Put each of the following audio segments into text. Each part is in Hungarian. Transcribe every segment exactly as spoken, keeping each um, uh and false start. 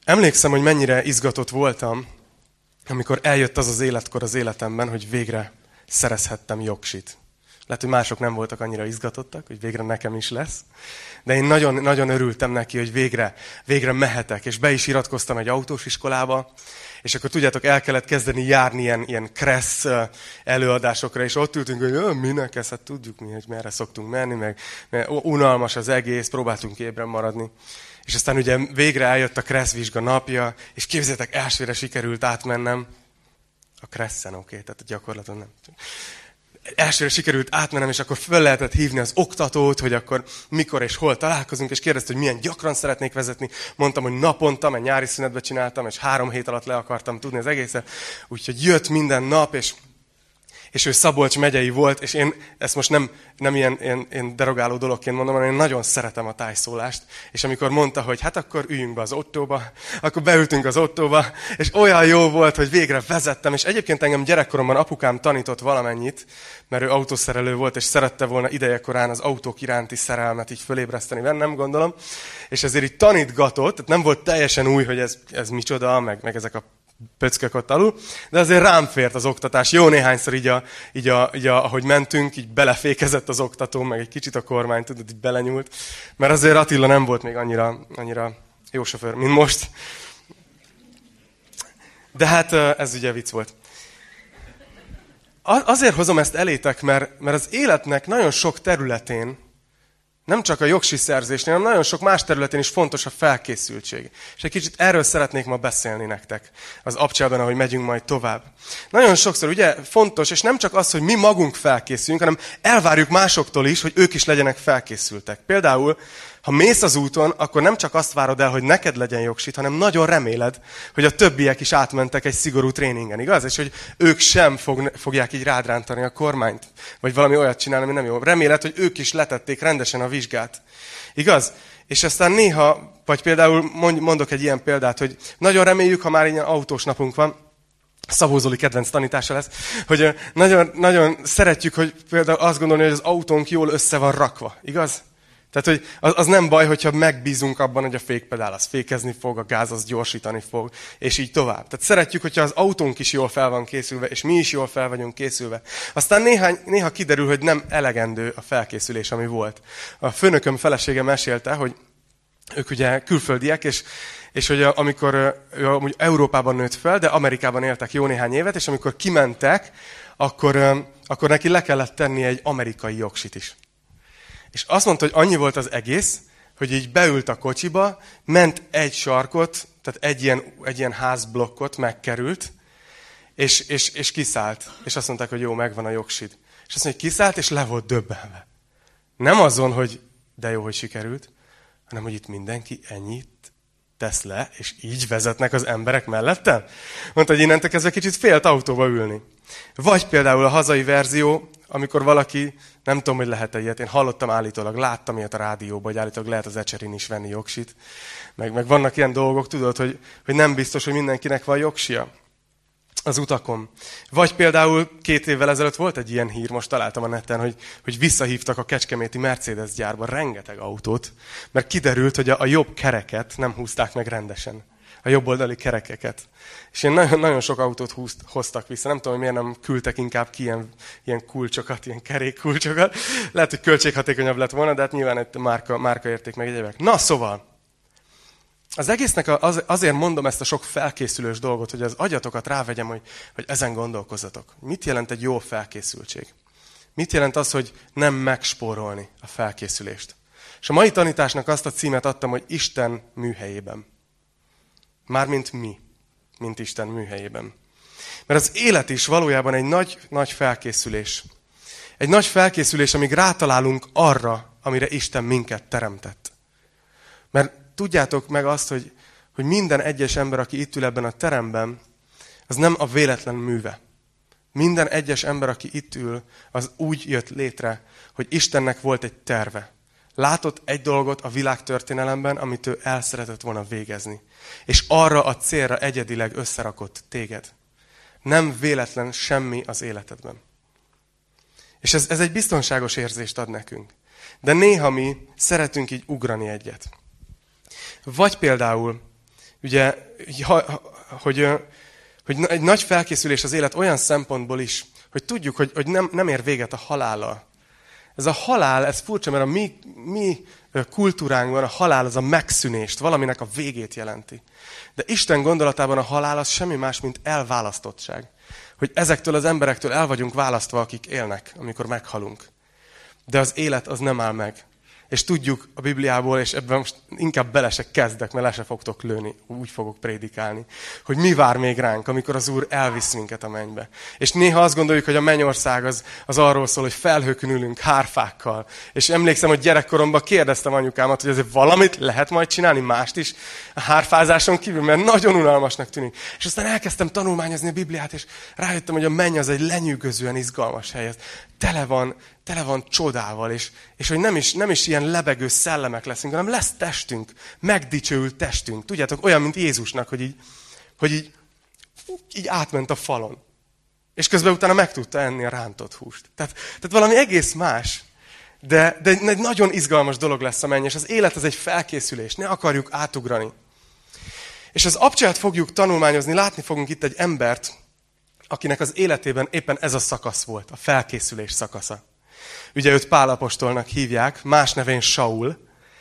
Emlékszem, hogy mennyire izgatott voltam, amikor eljött az az életkor az életemben, hogy végre szerezhettem jogsit. Lehet, hogy mások nem voltak annyira izgatottak, hogy végre nekem is lesz. De én nagyon, nagyon örültem neki, hogy végre, végre mehetek. És be is iratkoztam egy autós iskolába, és akkor tudjátok, el kellett kezdeni járni ilyen, ilyen kressz előadásokra, és ott ültünk, hogy minek ez, hát tudjuk mi, hogy merre szoktunk menni, meg, meg unalmas az egész, próbáltunk ébren maradni. És aztán ugye végre eljött a kresszvizsga napja, és képzeljétek, elsőre sikerült átmennem. A kresszen, oké, okay, tehát a gyakorlaton nem. Elsőre sikerült átmennem, és akkor föl lehetett hívni az oktatót, hogy akkor mikor és hol találkozunk, és kérdezte, hogy milyen gyakran szeretnék vezetni. Mondtam, hogy naponta, mert nyári szünetbe csináltam, és három hét alatt le akartam tudni az egészet. Úgyhogy jött minden nap, és, és ő Szabolcs megyei volt, és én ezt most nem, nem ilyen, ilyen, ilyen derogáló dologként mondom, hanem én nagyon szeretem a tájszólást. És amikor mondta, hogy hát akkor üljünk be az autóba, akkor beültünk az autóba, és olyan jó volt, hogy végre vezettem. És egyébként engem gyerekkoromban apukám tanított valamennyit, mert ő autószerelő volt, és szerette volna idejekorán az autók iránti szerelmet így fölébreszteni bennem, gondolom. És ezért így tanítgatott, tehát nem volt teljesen új, hogy ez, ez micsoda, meg, meg ezek a pöckök ott alul, de azért rám fért az oktatás. Jó néhányszor így, a, így, a, így a, ahogy mentünk, így belefékezett az oktató, meg egy kicsit a kormány, tudod, így belenyúlt. Mert azért Attila nem volt még annyira, annyira jó sofőr, mint most. De hát ez ugye vicc volt. Azért hozom ezt elétek, mert, mert az életnek nagyon sok területén, nem csak a jogsi szerzésnél, hanem nagyon sok más területén is fontos a felkészültség. És egy kicsit erről szeretnék ma beszélni nektek, az abcsában, ahogy megyünk majd tovább. Nagyon sokszor ugye fontos, és nem csak az, hogy mi magunk felkészüljünk, hanem elvárjuk másoktól is, hogy ők is legyenek felkészültek. Például, ha mész az úton, akkor nem csak azt várod el, hogy neked legyen jogsit, hanem nagyon reméled, hogy a többiek is átmentek egy szigorú tréningen, igaz? És hogy ők sem fog, fogják így rád rántani a kormányt, vagy valami olyat csinálni, ami nem jó. Reméled, hogy ők is letették rendesen a vizsgát. Igaz? És aztán néha, vagy például mondok egy ilyen példát, hogy nagyon reméljük, ha már ilyen autós napunk van, Szabó Zoli kedvenc tanítása lesz, hogy nagyon, nagyon szeretjük, hogy például azt gondolni, hogy az autónk jól össze van rakva, igaz? Tehát, hogy az, az nem baj, hogyha megbízunk abban, hogy a fékpedál az fékezni fog, a gáz az gyorsítani fog, és így tovább. Tehát szeretjük, hogyha az autónk is jól fel van készülve, és mi is jól fel vagyunk készülve. Aztán néhány, néha kiderül, hogy nem elegendő a felkészülés, ami volt. A főnököm felesége mesélte, hogy ők ugye külföldiek, és, és hogy amikor ő amúgy Európában nőtt fel, de Amerikában éltek jó néhány évet, és amikor kimentek, akkor, akkor neki le kellett tenni egy amerikai jogsit is. És azt mondta, hogy annyi volt az egész, hogy így beült a kocsiba, ment egy sarkot, tehát egy ilyen, egy ilyen házblokkot megkerült, és, és, és kiszállt. És azt mondták, hogy jó, megvan a jogsid. És azt mondja, hogy kiszállt, és le volt döbbenve. Nem azon, hogy de jó, hogy sikerült, hanem hogy itt mindenki ennyit tesz le, és így vezetnek az emberek mellettem. Mondta, hogy innentől kezdve kicsit félt autóba ülni. Vagy például a hazai verzió, amikor valaki, nem tudom, hogy lehet-e ilyet, én hallottam állítólag, láttam ilyet a rádióban, hogy állítólag lehet az Ecserin is venni jogsit. Meg, meg vannak ilyen dolgok, tudod, hogy, hogy nem biztos, hogy mindenkinek van jogsia az utakon. Vagy például két évvel ezelőtt volt egy ilyen hír, most találtam a neten, hogy, hogy visszahívtak a kecskeméti Mercedes gyárba rengeteg autót, mert kiderült, hogy a, a jobb kereket nem húzták meg rendesen. A jobb oldali kerekeket. És én nagyon, nagyon sok autót húzt, hoztak vissza. Nem tudom, hogy miért nem küldtek inkább ki ilyen, ilyen kulcsokat, ilyen kerékkulcsokat. Lehet, hogy költséghatékonyabb lett volna, de hát nyilván egy márka, márka érték meg egyébek. Na szóval, az egésznek az, azért mondom ezt a sok felkészülős dolgot, hogy az agyatokat rávegyem, hogy, hogy ezen gondolkozzatok. Mit jelent egy jó felkészültség? Mit jelent az, hogy nem megspórolni a felkészülést? És a mai tanításnak azt a címet adtam, hogy Isten műhelyében. Mármint mi, mint Isten műhelyében. Mert az élet is valójában egy nagy, nagy felkészülés. Egy nagy felkészülés, amíg rátalálunk arra, amire Isten minket teremtett. Mert tudjátok meg azt, hogy, hogy minden egyes ember, aki itt ül ebben a teremben, az nem a véletlen műve. Minden egyes ember, aki itt ül, az úgy jött létre, hogy Istennek volt egy terve. Látott egy dolgot a világtörténelemben, amit ő el szeretett volna végezni. És arra a célra egyedileg összerakott téged. Nem véletlen semmi az életedben. És ez, ez egy biztonságos érzést ad nekünk. De néha mi szeretünk így ugrani egyet. Vagy például ugye, hogy, hogy egy nagy felkészülés az élet olyan szempontból is, hogy tudjuk, hogy, hogy nem, nem ér véget a halállal. Ez a halál, ez furcsa, mert a mi, mi kultúránkban a halál az a megszűnést, valaminek a végét jelenti. De Isten gondolatában a halál az semmi más, mint elválasztottság. Hogy ezektől az emberektől el vagyunk választva, akik élnek, amikor meghalunk. De az élet az nem áll meg. És tudjuk a Bibliából, és ebben most inkább bele se kezdek, mert le se fogtok lőni, úgy fogok prédikálni, hogy mi vár még ránk, amikor az Úr elvisz minket a mennybe. És néha azt gondoljuk, hogy a mennyország az, az arról szól, hogy felhőkön ülünk hárfákkal. És emlékszem, hogy gyerekkoromban kérdeztem anyukámat, hogy azért valamit lehet majd csinálni, mást is a hárfázáson kívül, mert nagyon unalmasnak tűnik. És aztán elkezdtem tanulmányozni a Bibliát, és rájöttem, hogy a menny az egy lenyűgözően izgalmas hely. Tele van, tele van csodával, és, és hogy nem is, nem is ilyen lebegő szellemek leszünk, hanem lesz testünk, megdicsőült testünk. Tudjátok, olyan, mint Jézusnak, hogy így, hogy így, így átment a falon. És közben utána meg tudta enni a rántott húst. Tehát, tehát valami egész más, de, de egy nagyon izgalmas dolog lesz a menny, és az élet az egy felkészülés, ne akarjuk átugrani. És az abcsát fogjuk tanulmányozni, látni fogunk itt egy embert, akinek az életében éppen ez a szakasz volt, a felkészülés szakasza. Ugye őt Pál apostolnak hívják, más nevén Saul.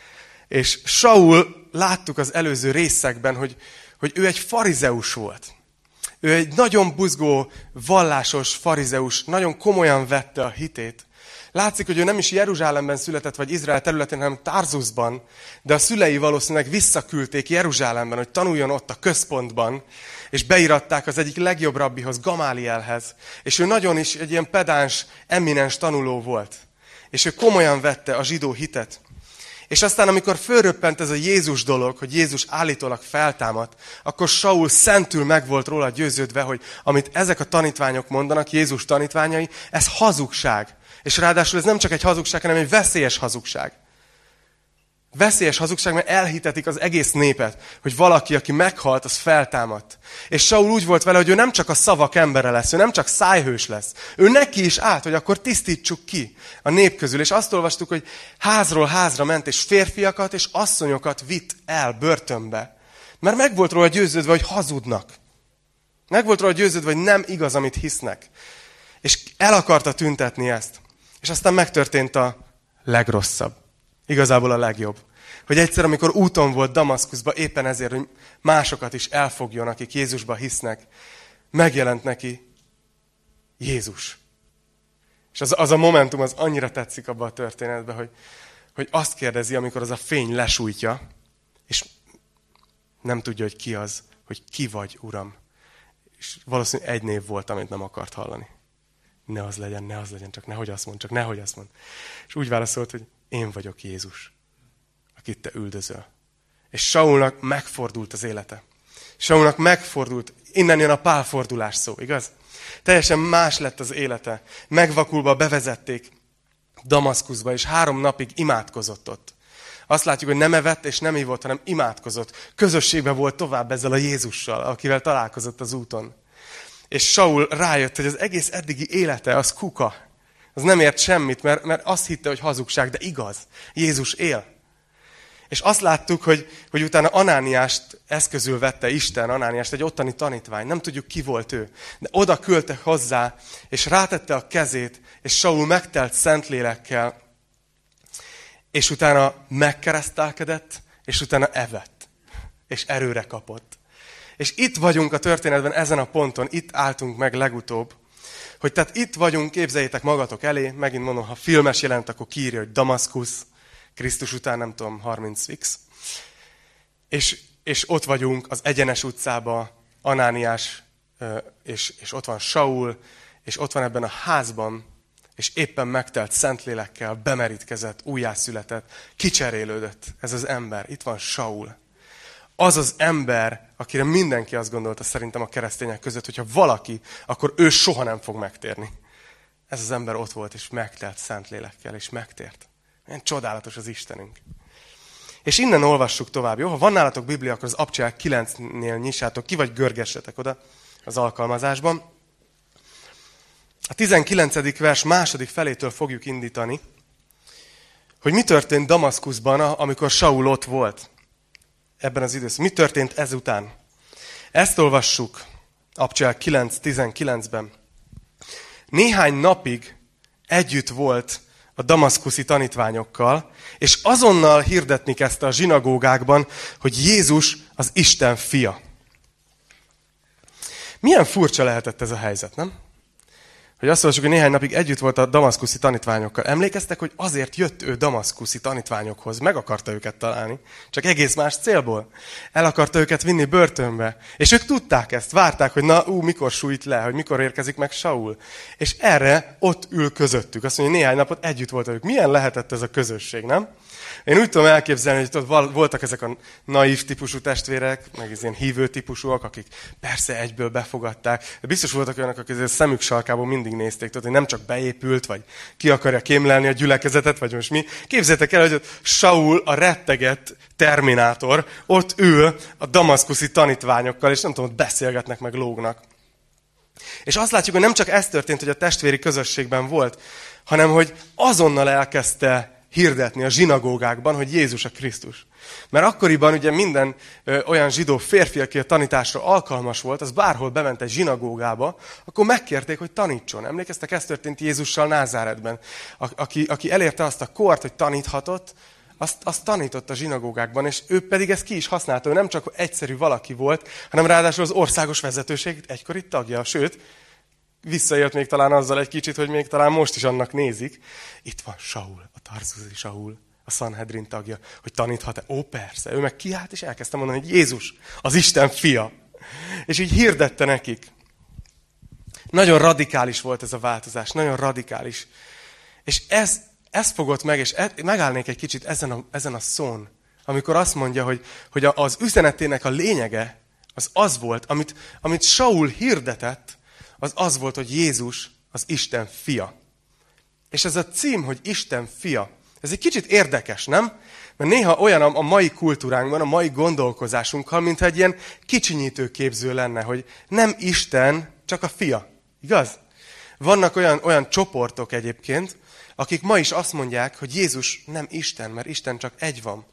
És Saul, láttuk az előző részekben, hogy, hogy ő egy farizeus volt. Ő egy nagyon buzgó, vallásos farizeus, nagyon komolyan vette a hitét. Látszik, hogy ő nem is Jeruzsálemben született, vagy Izrael területén, hanem Tarzusban, de a szülei valószínűleg visszaküldték Jeruzsálemben, hogy tanuljon ott a központban, és beiratták az egyik legjobb rabbihoz, Gamálielhez. És ő nagyon is egy ilyen pedáns, eminens tanuló volt. És ő komolyan vette a zsidó hitet. És aztán, amikor fölröppent ez a Jézus dolog, hogy Jézus állítólag feltámadt, akkor Saul szentül meg volt róla győződve, hogy amit ezek a tanítványok mondanak, Jézus tanítványai, ez hazugság. És ráadásul ez nem csak egy hazugság, hanem egy veszélyes hazugság. Veszélyes hazugság, mert elhitetik az egész népet, hogy valaki, aki meghalt, az feltámadt. És Saul úgy volt vele, hogy ő nem csak a szavak embere lesz, ő nem csak szájhős lesz. Ő neki is állt, hogy akkor tisztítsuk ki a nép közül. És azt olvastuk, hogy házról házra ment, és férfiakat és asszonyokat vitt el börtönbe. Mert meg volt róla győződve, hogy hazudnak. Meg volt róla győződve, hogy nem igaz, amit hisznek. És el akarta tüntetni ezt. És aztán megtörtént a legrosszabb. Igazából a legjobb. Hogy egyszer, amikor úton volt Damaszkuszba, éppen ezért, hogy másokat is elfogjon, akik Jézusba hisznek, megjelent neki Jézus. És az, az a momentum az annyira tetszik abba a történetben, hogy, hogy azt kérdezi, amikor az a fény lesújtja, és nem tudja, hogy ki az, hogy ki vagy, Uram. És valószínűleg egy név volt, amit nem akart hallani. Ne az legyen, ne az legyen, csak nehogy azt mond, csak nehogy azt mond. És úgy válaszolt, hogy én vagyok Jézus, akit te üldözöl. És Saulnak megfordult az élete. Saulnak megfordult, innen jön a pálfordulás szó, igaz? Teljesen más lett az élete. Megvakulva bevezették Damaszkuszba, és három napig imádkozott ott. Azt látjuk, hogy nem evett és nem ivott, hanem imádkozott. Közösségben volt tovább ezzel a Jézussal, akivel találkozott az úton. És Saul rájött, hogy az egész eddigi élete az kuka. Az nem ért semmit, mert, mert azt hitte, hogy hazugság, de igaz. Jézus él. És azt láttuk, hogy, hogy utána Anániást eszközül vette Isten, Anániást, egy ottani tanítvány. Nem tudjuk, ki volt ő. De oda küldte hozzá, és rátette a kezét, és Saul megtelt Szentlélekkel, és utána megkeresztelkedett, és utána evett. És erőre kapott. És itt vagyunk a történetben, ezen a ponton, itt álltunk meg legutóbb, hogy tehát itt vagyunk, képzeljétek magatok elé, megint mondom, ha filmes jelent, akkor kiírja, hogy Damaszkusz, Krisztus után nem tudom, harminc x. És, és ott vagyunk az Egyenes utcában, Anániás, és, és ott van Saul, és ott van ebben a házban, és éppen megtelt Szentlélekkel, bemerítkezett, újjászületett, kicserélődött ez az ember. Itt van Saul. Az az ember, akire mindenki azt gondolta szerintem a keresztények között, hogyha valaki, akkor ő soha nem fog megtérni. Ez az ember ott volt, és megtelt Szentlélekkel, és megtért. Milyen csodálatos az Istenünk. És innen olvassuk tovább, jó? Ha van nálatok Biblia, akkor az Abcsák kilencnél nyissátok ki, vagy görgessetek oda az alkalmazásban. A tizenkilencedik vers második felétől fogjuk indítani, hogy mi történt Damaszkuszban, amikor Saul ott volt. ebben az időszakban. Mi történt ezután? Ezt olvassuk Apostolok kilenc tizenkilencben. Néhány napig együtt volt a damaszkuszi tanítványokkal, és azonnal hirdetni kezdte a zsinagógákban, hogy Jézus az Isten fia. Milyen furcsa lehetett ez a helyzet, nem? Hogy azt olvassuk, hogy néhány napig együtt volt a damaszkuszi tanítványokkal. Emlékeztek, hogy azért jött ő damaszkuszi tanítványokhoz, meg akarta őket találni, csak egész más célból. El akarta őket vinni börtönbe. És ők tudták ezt, várták, hogy na, ú, mikor sújt le, hogy mikor érkezik meg Saul. És erre ott ül közöttük. Azt mondja, hogy néhány napot együtt voltak ők. Milyen lehetett ez a közösség, nem? Én úgy tudom elképzelni, hogy ott voltak ezek a naív típusú testvérek, meg ilyen hívő típusúak, akik persze egyből befogadták. De biztos voltak olyanok, akik a szemük sarkából mindig nézték, tudod, hogy nem csak beépült, vagy ki akarja kémlelni a gyülekezetet, vagy most mi. Képzeljétek el, hogy ott Saul, a rettegett terminátor, ott ül a damaszkuszi tanítványokkal, és nem tudom, ott beszélgetnek, meg lógnak. És azt látjuk, hogy nem csak ez történt, hogy a testvéri közösségben volt, hanem hogy azonnal elkezdte hirdetni a zsinagógákban, hogy Jézus a Krisztus. Mert akkoriban ugye minden ö, olyan zsidó férfi, aki a tanításra alkalmas volt, az bárhol bement egy zsinagógába, akkor megkérték, hogy tanítson. Emlékeztek, ez történt Jézussal Názáretben. A, aki, aki elérte azt a kort, hogy taníthatott, azt, azt tanított a zsinagógákban, és ő pedig ezt ki is használta. Ő nem csak egyszerű valaki volt, hanem ráadásul az országos vezetőség egykori tagja. Sőt, visszaélt még talán azzal egy kicsit, hogy még talán most is annak nézik. Itt van Saul, a tarzusi Saul, a Sanhedrin tagja, hogy taníthat-e? Ó, persze. Ő meg kiállt, és elkezdte mondani, hogy Jézus, az Isten fia. És így hirdette nekik. Nagyon radikális volt ez a változás, nagyon radikális. És ez, ez fogott meg, és e, megállnék egy kicsit ezen a, ezen a szón, amikor azt mondja, hogy, hogy az üzenetének a lényege az az volt, amit, amit Saul hirdetett, az az volt, hogy Jézus az Isten fia. És ez a cím, hogy Isten fia, ez egy kicsit érdekes, nem? Mert néha olyan a mai kultúránkban, a mai gondolkozásunkkal, mintha egy ilyen kicsinyítő képző lenne, hogy nem Isten, csak a fia. Igaz? Vannak olyan, olyan csoportok egyébként, akik ma is azt mondják, hogy Jézus nem Isten, mert Isten csak egy van.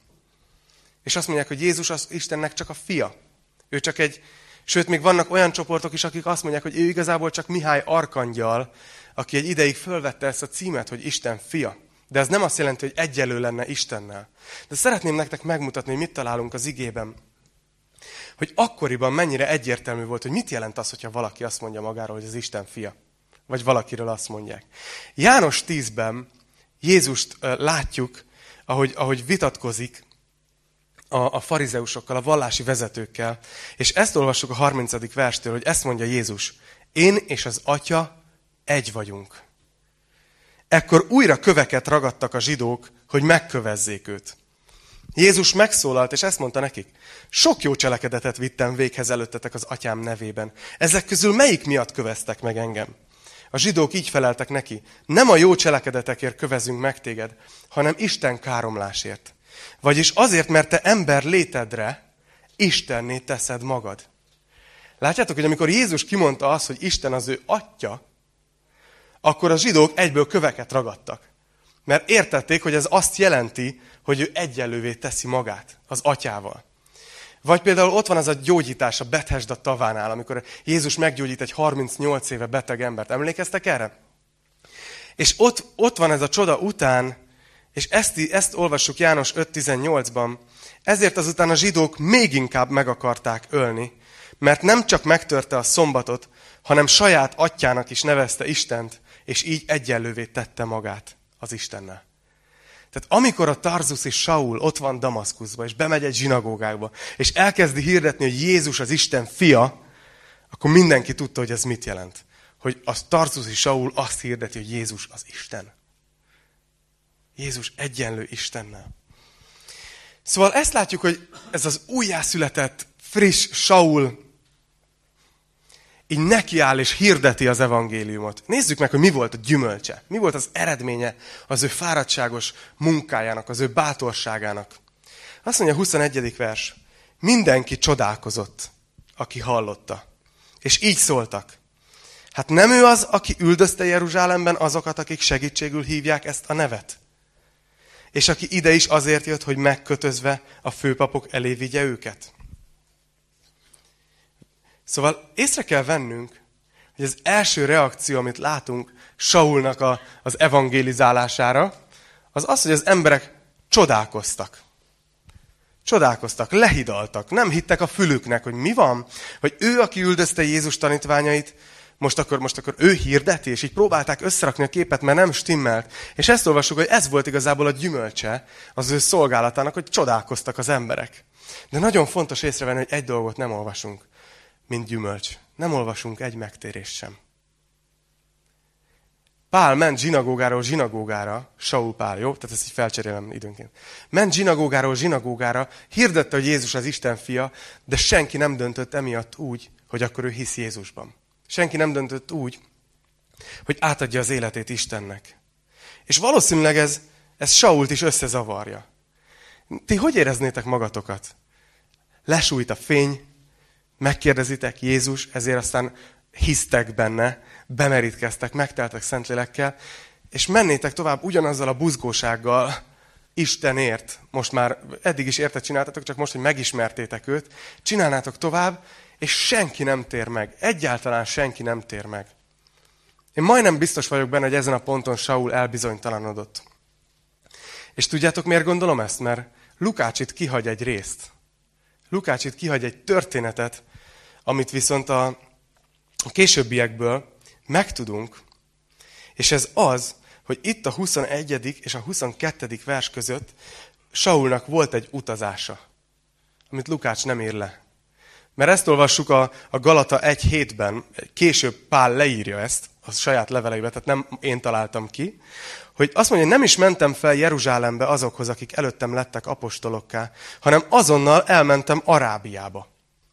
És azt mondják, hogy Jézus az Istennek csak a fia. Ő csak egy... Sőt, még vannak olyan csoportok is, akik azt mondják, hogy ő igazából csak Mihály arkangyal, aki egy ideig fölvette ezt a címet, hogy Isten fia. De ez nem azt jelenti, hogy egyenlő lenne Istennel. De szeretném nektek megmutatni, hogy mit találunk az igében. Hogy akkoriban mennyire egyértelmű volt, hogy mit jelent az, hogyha valaki azt mondja magáról, hogy az Isten fia. Vagy valakiről azt mondják. János tízben Jézust látjuk, ahogy, ahogy vitatkozik a, a farizeusokkal, a vallási vezetőkkel. És ezt olvassuk a harmincadik verstől, hogy ezt mondja Jézus. Én és az Atya egy vagyunk. Ekkor újra köveket ragadtak a zsidók, hogy megkövezzék őt. Jézus megszólalt, és ezt mondta nekik. Sok jó cselekedetet vittem véghez előttetek az Atyám nevében. Ezek közül melyik miatt köveztek meg engem? A zsidók így feleltek neki. Nem a jó cselekedetekért kövezünk meg téged, hanem Isten káromlásért. Vagyis azért, mert te ember létedre Istenné teszed magad. Látjátok, hogy amikor Jézus kimondta azt, hogy Isten az ő Atya, akkor a zsidók egyből köveket ragadtak. Mert értették, hogy ez azt jelenti, hogy ő egyenlővé teszi magát az Atyával. Vagy például ott van az a gyógyítás a Bethesda tavánál, amikor Jézus meggyógyít egy harmincnyolc éve beteg embert. Emlékeztek erre? És ott, ott van ez a csoda után, és ezt, ezt olvassuk János öt tizennyolcban, ezért azután a zsidók még inkább meg akarták ölni, mert nem csak megtörte a szombatot, hanem saját atyának is nevezte Istent, és így egyenlővé tette magát az Istennel. Tehát amikor a tarzuszi Saul ott van Damaszkuszban, és bemegy egy zsinagógákba, és elkezdi hirdetni, hogy Jézus az Isten fia, akkor mindenki tudta, hogy ez mit jelent. Hogy a tarzuszi Saul azt hirdeti, hogy Jézus az Isten. Jézus egyenlő Istennel. Szóval ezt látjuk, hogy ez az újjászületett, friss Saul így nekiáll és hirdeti az evangéliumot. Nézzük meg, hogy mi volt a gyümölcse. Mi volt az eredménye az ő fáradtságos munkájának, az ő bátorságának. Azt mondja a huszonegyedik vers. Mindenki csodálkozott, aki hallotta. És így szóltak. Hát nem ő az, aki üldözte Jeruzsálemben azokat, akik segítségül hívják ezt a nevet? és aki ide is azért jött, hogy megkötözve a főpapok elé vigye őket. Szóval észre kell vennünk, hogy az első reakció, amit látunk Saulnak a, az evangélizálására, az az, hogy az emberek csodálkoztak. Csodálkoztak, lehidaltak, nem hittek a fülüknek, hogy mi van, hogy ő, aki üldözte Jézus tanítványait, most akkor, most akkor ő hirdeti, és így próbálták összerakni a képet, mert nem stimmelt. És ezt olvassuk, hogy ez volt igazából a gyümölcse az ő szolgálatának, hogy csodálkoztak az emberek. De nagyon fontos észrevenni, hogy egy dolgot nem olvasunk, mint gyümölcs. Nem olvasunk egy megtérést sem. Pál ment zsinagógáról zsinagógára, Saul Pál, jó? Tehát ezt így felcserélem időnként. Ment zsinagógáról zsinagógára, hirdette, hogy Jézus az Isten fia, de senki nem döntött emiatt úgy, hogy akkor ő hisz Jézusban. Senki nem döntött úgy, hogy átadja az életét Istennek. És valószínűleg ez, ez Sault is összezavarja. Ti hogy éreznétek magatokat? Lesújt a fény, megkérdezitek Jézus, ezért aztán hisztek benne, bemerítkeztek, megteltek Szentlélekkel, és mennétek tovább ugyanazzal a buzgósággal Istenért. Most már eddig is érte csináltatok, csak most, hogy megismertétek őt, csinálnátok tovább, és senki nem tér meg. Egyáltalán senki nem tér meg. Én majdnem biztos vagyok benne, hogy ezen a ponton Saul elbizonytalanodott. És tudjátok, miért gondolom ezt? Mert Lukács itt kihagy egy részt. Lukács itt kihagy egy történetet, amit viszont a, a későbbiekből megtudunk, és ez az, hogy itt a huszonegyedik és a huszonkettedik vers között Saulnak volt egy utazása, amit Lukács nem ír le. Mert ezt olvassuk a, a Galata egy hétben, később Pál leírja ezt a saját leveleiben, tehát nem én találtam ki, hogy azt mondja, hogy nem is mentem fel Jeruzsálembe azokhoz, akik előttem lettek apostolokká, hanem azonnal elmentem Arábiába.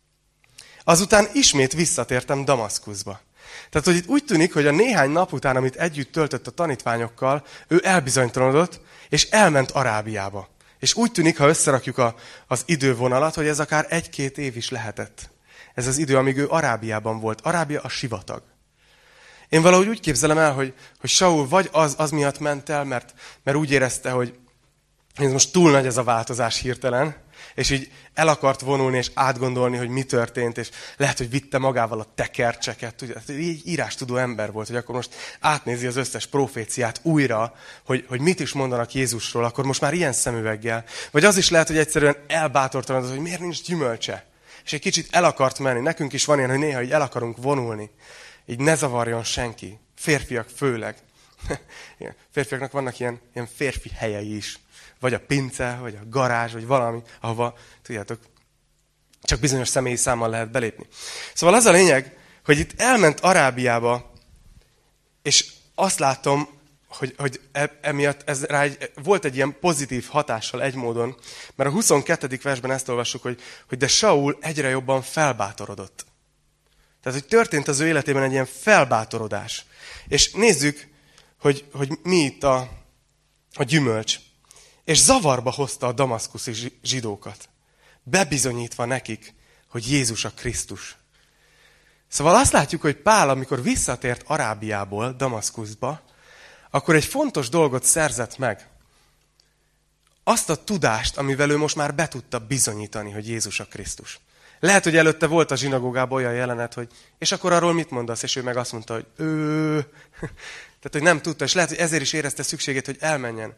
Azután ismét visszatértem Damaszkuszba. Tehát, hogy itt úgy tűnik, hogy a néhány nap után, amit együtt töltött a tanítványokkal, ő elbizonytalanodott, és elment Arábiába. És úgy tűnik, ha összerakjuk a, az idővonalat, hogy ez akár egy-két év is lehetett. Ez az idő, amíg ő Arábiában volt. Arábia a sivatag. Én valahogy úgy képzelem el, hogy, hogy Saul vagy az, az miatt ment el, mert, mert úgy érezte, hogy ez most túl nagy ez a változás hirtelen, és így el akart vonulni és átgondolni, hogy mi történt, és lehet, hogy vitte magával a tekercseket. Tudja, így írástudó ember volt, hogy akkor most átnézi az összes proféciát újra, hogy, hogy mit is mondanak Jézusról, akkor most már ilyen szemüveggel. Vagy az is lehet, hogy egyszerűen elbátortalanodott, hogy miért nincs gyümölcse. És egy kicsit el akart menni. Nekünk is van ilyen, hogy néha így el akarunk vonulni. Így ne zavarjon senki. Férfiak főleg. Férfiaknak vannak ilyen, ilyen férfi helyei is. Vagy a pince, vagy a garázs, vagy valami, ahova, tudjátok, csak bizonyos személyi számmal lehet belépni. Szóval az a lényeg, hogy itt elment Arábiába, és azt látom, hogy, hogy emiatt ez rá egy, volt egy ilyen pozitív hatással egy módon, mert a huszonkettedik versben ezt olvassuk, hogy, hogy de Saul egyre jobban felbátorodott. Tehát, hogy történt az ő életében egy ilyen felbátorodás. És nézzük, hogy, hogy mi itt a, a gyümölcs. És zavarba hozta a damaszkuszi zsidókat, bebizonyítva nekik, hogy Jézus a Krisztus. Szóval azt látjuk, hogy Pál, amikor visszatért Arábiából, Damaszkuszba, akkor egy fontos dolgot szerzett meg. Azt a tudást, amivel ő most már be tudta bizonyítani, hogy Jézus a Krisztus. Lehet, hogy előtte volt a zsinagógában olyan jelenet, hogy és akkor arról mit mondasz? És ő meg azt mondta, hogy ő... Tehát, hogy nem tudta, és lehet, hogy ezért is érezte szükségét, hogy elmenjen.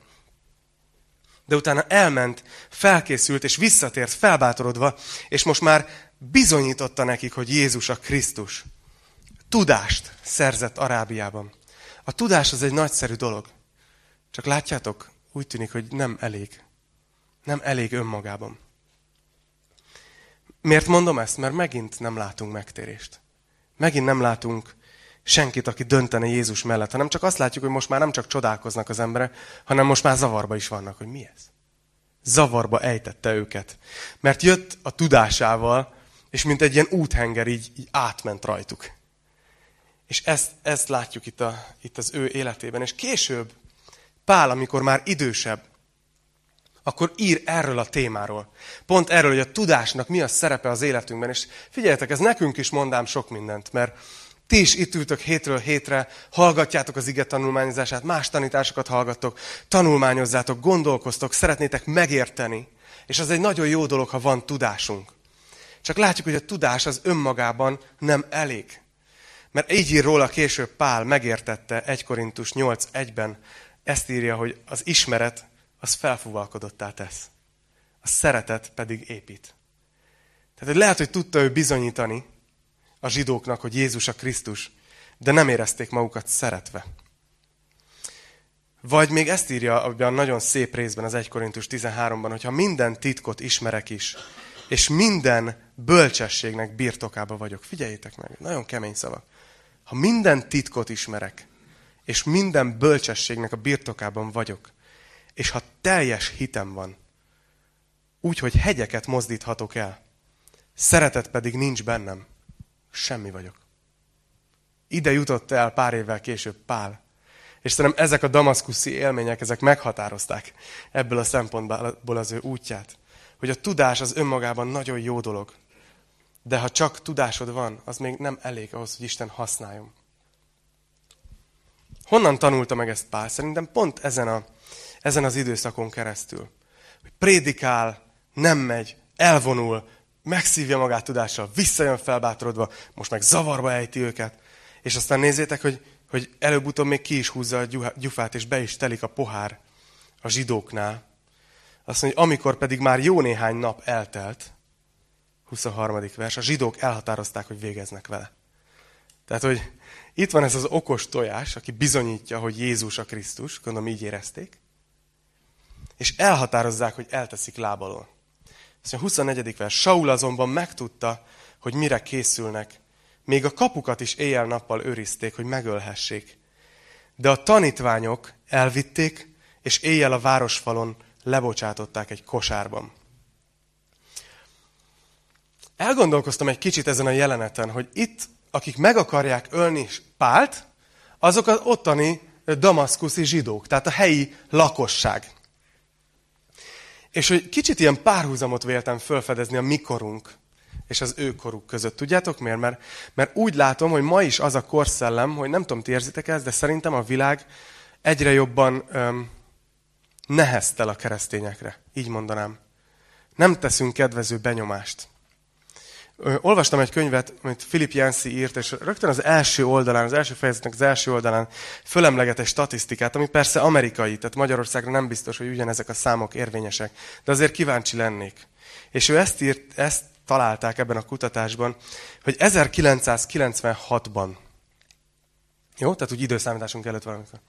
De utána elment, felkészült, és visszatért, felbátorodva, és most már bizonyította nekik, hogy Jézus a Krisztus. Tudást szerzett Arábiában. A tudás az egy nagyszerű dolog. Csak látjátok, úgy tűnik, hogy nem elég. Nem elég önmagában. Miért mondom ezt? Mert megint nem látunk megtérést. Megint nem látunk senkit, aki döntene Jézus mellett, hanem csak azt látjuk, hogy most már nem csak csodálkoznak az emberek, hanem most már zavarba is vannak, hogy mi ez. Zavarba ejtette őket. Mert jött a tudásával, és mint egy ilyen úthenger így, így átment rajtuk. És ezt, ezt látjuk itt, a, itt az ő életében. És később Pál, amikor már idősebb, akkor ír erről a témáról. Pont erről, hogy a tudásnak mi a szerepe az életünkben. És figyeljetek, ez nekünk is mondám sok mindent, mert Ti is itt ültök hétről hétre, hallgatjátok az ige tanulmányozását, más tanításokat hallgattok, tanulmányozzátok, gondolkoztok, szeretnétek megérteni. És az egy nagyon jó dolog, ha van tudásunk. Csak látjuk, hogy a tudás az önmagában nem elég. Mert így ír róla később Pál, megértette egy Korintus nyolc egyben, ezt írja, hogy az ismeret az felfúvalkodottá tesz. A szeretet pedig épít. Tehát hogy lehet, hogy tudta ő bizonyítani a zsidóknak, hogy Jézus a Krisztus, de nem érezték magukat szeretve. Vagy még ezt írja abban nagyon szép részben, az egy Korintus tizenháromban, hogyha minden titkot ismerek is, és minden bölcsességnek birtokába vagyok. Figyeljétek meg, nagyon kemény szavak. Ha minden titkot ismerek, és minden bölcsességnek a birtokában vagyok, és ha teljes hitem van, úgy, hogy hegyeket mozdíthatok el, szeretet pedig nincs bennem, semmi vagyok. Ide jutott el pár évvel később Pál. És szerintem ezek a damaszkuszi élmények, ezek meghatározták ebből a szempontból az ő útját. Hogy a tudás az önmagában nagyon jó dolog. De ha csak tudásod van, az még nem elég ahhoz, hogy Isten használjon. Honnan tanulta meg ezt Pál? Szerintem pont ezen, a, ezen az időszakon keresztül. Hogy prédikál, nem megy, elvonul, megszívja magát tudással, visszajön felbátorodva, most meg zavarba ejti őket. És aztán nézzétek, hogy, hogy előbb-utóbb még ki is húzza a gyufát, és be is telik a pohár a zsidóknál. Azt mondja, hogy amikor pedig már jó néhány nap eltelt, huszonharmadik vers, a zsidók elhatározták, hogy végeznek vele. Tehát, hogy itt van ez az okos tojás, aki bizonyítja, hogy Jézus a Krisztus, gondolom így érezték, és elhatározzák, hogy elteszik lábalól. Azt mondja, huszonnegyedik vers, Saul azonban megtudta, hogy mire készülnek. Még a kapukat is éjjel-nappal őrizték, hogy megölhessék. De a tanítványok elvitték, és éjjel a városfalon lebocsátották egy kosárban. Elgondolkoztam egy kicsit ezen a jeleneten, hogy itt, akik meg akarják ölni Pált, azok az ottani damaszkuszi zsidók, tehát a helyi lakosság. És hogy kicsit ilyen párhuzamot véltem felfedezni a mikorunk és az ő koruk között. Tudjátok miért? Mert, mert úgy látom, hogy ma is az a korszellem, hogy nem tudom, ti érzitek ezt, de szerintem a világ egyre jobban öm, neheztel a keresztényekre. Így mondanám. Nem teszünk kedvező benyomást. Ö, olvastam egy könyvet, amit Philip Yancey írt, és rögtön az első oldalán, az első fejezetnek az első oldalán fölemleget egy statisztikát, ami persze amerikai, tehát Magyarországra nem biztos, hogy ugyanezek a számok érvényesek, de azért kíváncsi lennék. És ő ezt írt, ezt találták ebben a kutatásban, hogy ezerkilencszázkilencvenhatban, jó, tehát úgy időszámításunk előtt valamikor,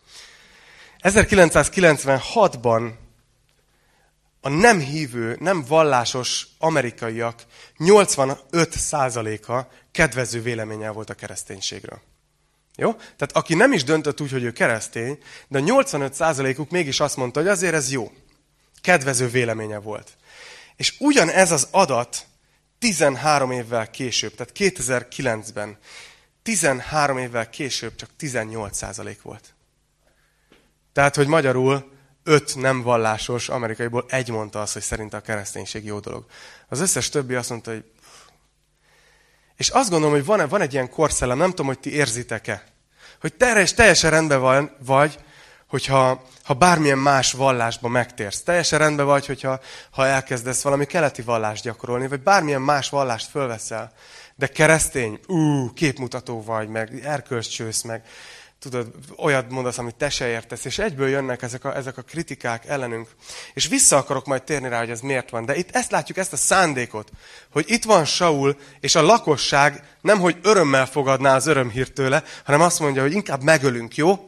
ezerkilencszázkilencvenhatban a nem hívő, nem vallásos amerikaiak nyolcvanöt százaléka kedvező véleménnyel volt a kereszténységről. Jó? Tehát aki nem is döntött úgy, hogy ő keresztény, de a nyolcvanöt százalékuk mégis azt mondta, hogy azért ez jó. Kedvező véleménye volt. És ugyanez az adat tizenhárom évvel később, tehát kétezer-kilencben, tizenhárom évvel később csak tizennyolc százalék volt. Tehát, hogy magyarul öt nem vallásos amerikaiból egy mondta azt, hogy szerinte a kereszténység jó dolog. Az összes többi azt mondta, hogy... És azt gondolom, hogy van, van egy ilyen korszellem, nem tudom, hogy ti érzitek-e, hogy teljes, teljesen rendben van, vagy, hogyha ha bármilyen más vallásba megtérsz. Teljesen rendben vagy, hogyha ha elkezdesz valami keleti vallást gyakorolni, vagy bármilyen más vallást fölveszel. De keresztény, ú, képmutató vagy, meg erkölcscsősz, meg tudod, olyat mondasz, amit te se értesz, és egyből jönnek ezek a, ezek a kritikák ellenünk. És vissza akarok majd térni rá, hogy ez miért van. De itt ezt látjuk, ezt a szándékot, hogy itt van Saul, és a lakosság nem, hogy örömmel fogadná az örömhírt tőle, hanem azt mondja, hogy inkább megölünk, jó?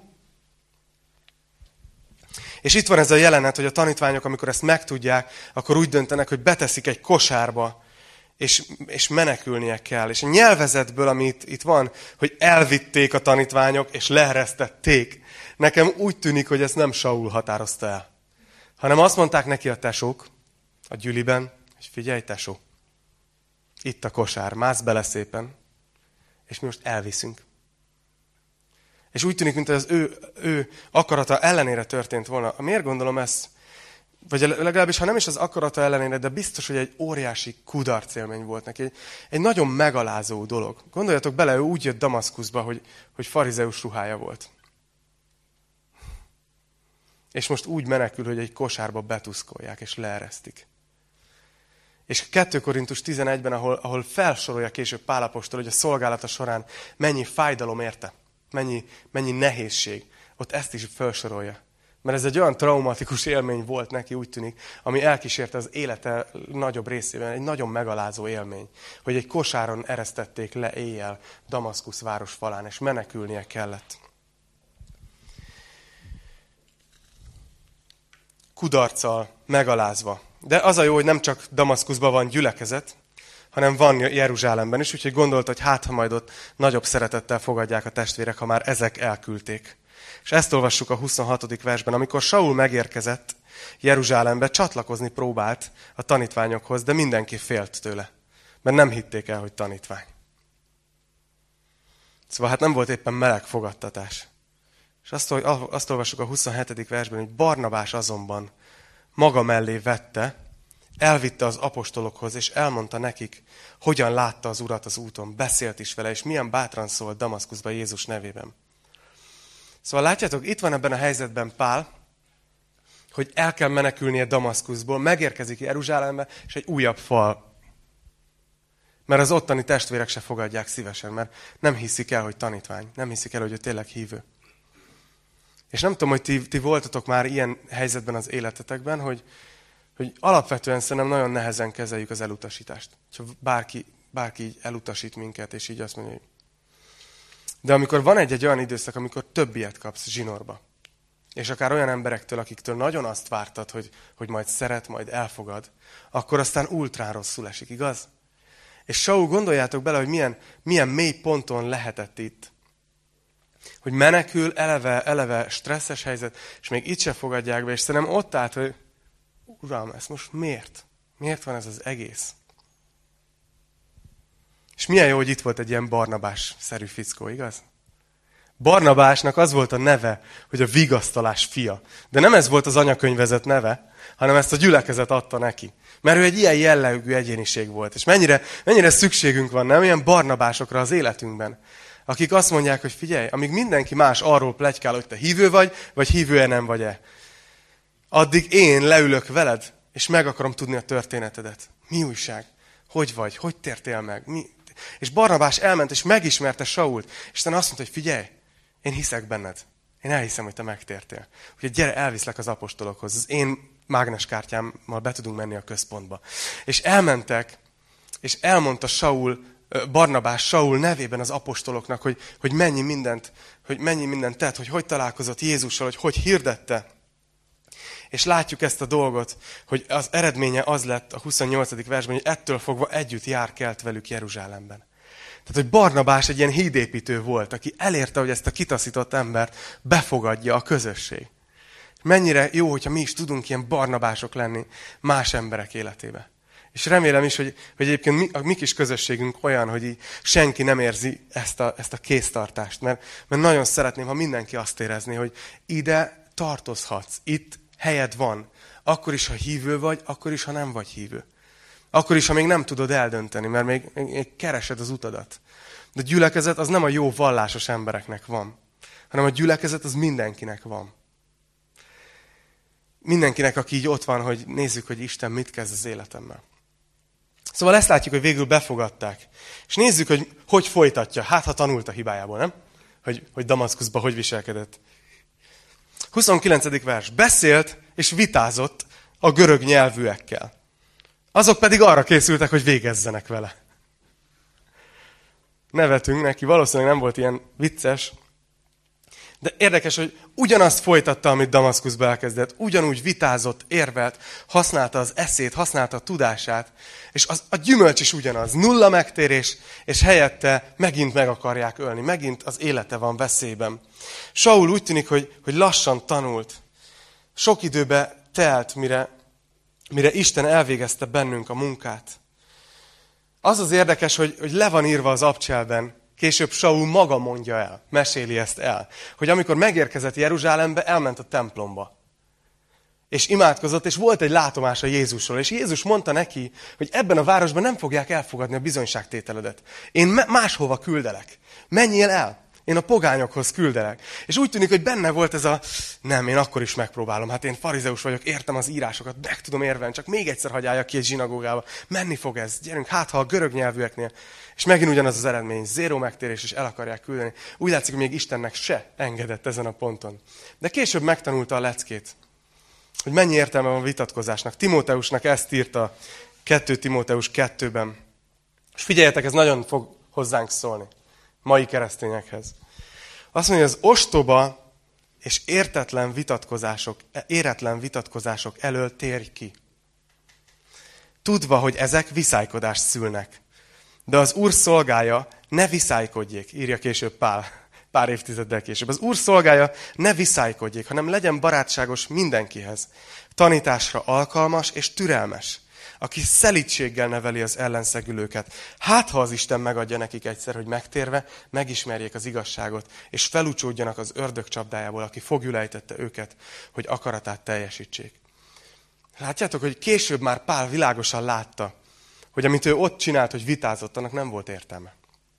És itt van ez a jelenet, hogy a tanítványok, amikor ezt megtudják, akkor úgy döntenek, hogy beteszik egy kosárba, és, és menekülnie kell. És a nyelvezetből, ami itt, itt van, hogy elvitték a tanítványok, és leeresztették. Nekem úgy tűnik, hogy ezt nem Saul határozta el. Hanem azt mondták neki a tesók a gyüliben, hogy figyelj tesó, itt a kosár, mász bele szépen, és mi most elviszünk. És úgy tűnik, mint az ő, ő akarata ellenére történt volna. Miért gondolom ezt? vagy legalábbis, ha nem is az akarata ellenére, de biztos, hogy egy óriási kudarc élmény volt neki. Egy, egy nagyon megalázó dolog. Gondoljatok bele, ő úgy jött Damaszkuszba, hogy, hogy farizeus ruhája volt. És most úgy menekül, hogy egy kosárba betuszkolják, és leeresztik. És kettő Korintus tizenegyben, ahol, ahol felsorolja később Pál apostol, hogy a szolgálata során mennyi fájdalom érte, mennyi, mennyi nehézség, ott ezt is felsorolja. Mert ez egy olyan traumatikus élmény volt neki, úgy tűnik, ami elkísérte az élete nagyobb részében, egy nagyon megalázó élmény, hogy egy kosáron eresztették le éjjel Damaszkusz város falán, és menekülnie kellett. Kudarccal, megalázva. De az a jó, hogy nem csak Damaszkuszban van gyülekezet, hanem van Jeruzsálemben is, úgyhogy gondolta, hogy hát, ha majd ott nagyobb szeretettel fogadják a testvérek, ha már ezek elküldték. És ezt olvassuk a huszonhatodik versben. Amikor Saul megérkezett Jeruzsálembe, csatlakozni próbált a tanítványokhoz, de mindenki félt tőle, mert nem hitték el, hogy tanítvány. Szóval hát nem volt éppen meleg fogadtatás. És azt, azt olvassuk a huszonhetedik versben, hogy Barnabás azonban maga mellé vette, elvitte az apostolokhoz, és elmondta nekik, hogyan látta az Urat az úton, beszélt is vele, és milyen bátran szólt Damaszkuszba Jézus nevében. Szóval látjátok, itt van ebben a helyzetben Pál, hogy el kell menekülnie Damaszkuszból, megérkezik Jeruzsálembe, és egy újabb fal. Mert az ottani testvérek se fogadják szívesen, mert nem hiszik el, hogy tanítvány, nem hiszik el, hogy ő tényleg hívő. És nem tudom, hogy ti, ti voltatok már ilyen helyzetben az életetekben, hogy, hogy alapvetően szerintem nagyon nehezen kezeljük az elutasítást. Ha bárki, bárki így elutasít minket, és így azt mondja, hogy... De amikor van egy-egy olyan időszak, amikor több ilyet kapsz zsinorba, és akár olyan emberektől, akiktől nagyon azt vártad, hogy, hogy majd szeret, majd elfogad, akkor aztán ultrán rosszul esik, igaz? És Saul, gondoljátok bele, hogy milyen, milyen mély ponton lehetett itt. Hogy menekül, eleve, eleve stresszes helyzet, és még itt se fogadják be, és szerintem ott állt, hogy Uram, ez most miért? Miért van ez az egész? És milyen jó, hogy itt volt egy ilyen Barnabás-szerű fickó, igaz? Barnabásnak az volt a neve, hogy a vigasztalás fia. De nem ez volt az anyakönyvezet neve, hanem ezt a gyülekezet adta neki. Mert ő egy ilyen jellegű egyéniség volt. És mennyire, mennyire szükségünk van, nem? Ilyen Barnabásokra az életünkben. Akik azt mondják, hogy figyelj, amíg mindenki más arról pletykál, hogy te hívő vagy, vagy hívő-e nem vagy-e. Addig én leülök veled, és meg akarom tudni a történetedet. Mi újság? Hogy vagy? Hogy tértél meg? Mi? És Barnabás elment, és megismerte Sault. És aztán azt mondta, hogy figyelj, én hiszek benned. Én elhiszem, hogy te megtértél. Úgyhogy gyere, elviszlek az apostolokhoz. Az én mágneskártyámmal be tudunk menni a központba. És elmentek, és elmondta Saul, Barnabás Saul nevében az apostoloknak, hogy, hogy mennyi mindent, hogy mennyi mindent tett, hogy hogy találkozott Jézussal, hogy hogy hirdette. És látjuk ezt a dolgot, hogy az eredménye az lett a huszonnyolcadik versben, hogy ettől fogva együtt jár kelt velük Jeruzsálemben. Tehát, hogy Barnabás egy ilyen hídépítő volt, aki elérte, hogy ezt a kitaszított embert befogadja a közösség. Mennyire jó, hogyha mi is tudunk ilyen Barnabások lenni más emberek életébe. És remélem is, hogy, hogy egyébként mi, a mi kis közösségünk olyan, hogy így senki nem érzi ezt a, ezt a kéztartást. Mert, mert nagyon szeretném, ha mindenki azt érezni, hogy ide tartozhatsz, itt helyed van. Akkor is, ha hívő vagy, akkor is, ha nem vagy hívő. Akkor is, ha még nem tudod eldönteni, mert még, még keresed az utadat. De a gyülekezet az nem a jó vallásos embereknek van, hanem a gyülekezet az mindenkinek van. Mindenkinek, aki így ott van, hogy nézzük, hogy Isten mit kezd az életemmel. Szóval ezt látjuk, hogy végül befogadták. És nézzük, hogy hogy folytatja. Hát, ha tanult a hibájából, nem? Hogy, hogy Damaszkuszban hogy viselkedett. huszonkilencedik vers. Beszélt és vitázott a görög nyelvűekkel. Azok pedig arra készültek, hogy végezzenek vele. Nevetünk neki, valószínűleg nem volt ilyen vicces. De érdekes, hogy ugyanazt folytatta, amit Damaszkuszba elkezdett. Ugyanúgy vitázott, érvelt, használta az eszét, használta a tudását. És az, a gyümölcs is ugyanaz. Nulla megtérés, és helyette megint meg akarják ölni. Megint az élete van veszélyben. Saul úgy tűnik, hogy, hogy lassan tanult. Sok időbe telt, mire, mire Isten elvégezte bennünk a munkát. Az az érdekes, hogy, hogy le van írva az abcselben, később Saul maga mondja el, meséli ezt el, hogy amikor megérkezett Jeruzsálembe, elment a templomba. és imádkozott, és volt egy látomása Jézusról, és Jézus mondta neki, hogy ebben a városban nem fogják elfogadni a bizonyságtételedet. Én máshova küldelek. Menjél el. Én a pogányokhoz küldelek. És úgy tűnik, hogy benne volt ez a, nem, én akkor is megpróbálom. Hát én farizeus vagyok, értem az írásokat, meg tudom érvelni, csak még egyszer hagyjáljak ki egy zsinagógába. Menni fog ez, gyerünk, hát ha a görög nyelvűeknél. És megint ugyanaz az eredmény, zéró megtérés, és el akarják küldeni. Úgy látszik, hogy még Istennek se engedett ezen a ponton. De később megtanulta a leckét, hogy mennyi értelme van vitatkozásnak. Timóteusnak ezt írta kettő Timóteus kettőben. És figyeljetek, ez nagyon fog hozzánk szólni. Mai keresztényekhez. Azt mondja, hogy az ostoba és értetlen vitatkozások, éretlen vitatkozások elől térj ki. Tudva, hogy ezek viszálykodást szülnek. De az Úr szolgája ne viszálykodjék, írja később Pál, pár évtizeddel később. Az Úr szolgája ne viszálykodjék, hanem legyen barátságos mindenkihez. Tanításra alkalmas és türelmes, aki szelídséggel neveli az ellenszegülőket. Hát, ha az Isten megadja nekik egyszer, hogy megtérve, megismerjék az igazságot, és felúcsódjanak az ördög csapdájából, aki fogjulejtette őket, hogy akaratát teljesítsék. Látjátok, hogy később már Pál világosan látta, hogy amit ő ott csinált, hogy vitázott, annak nem volt értelme.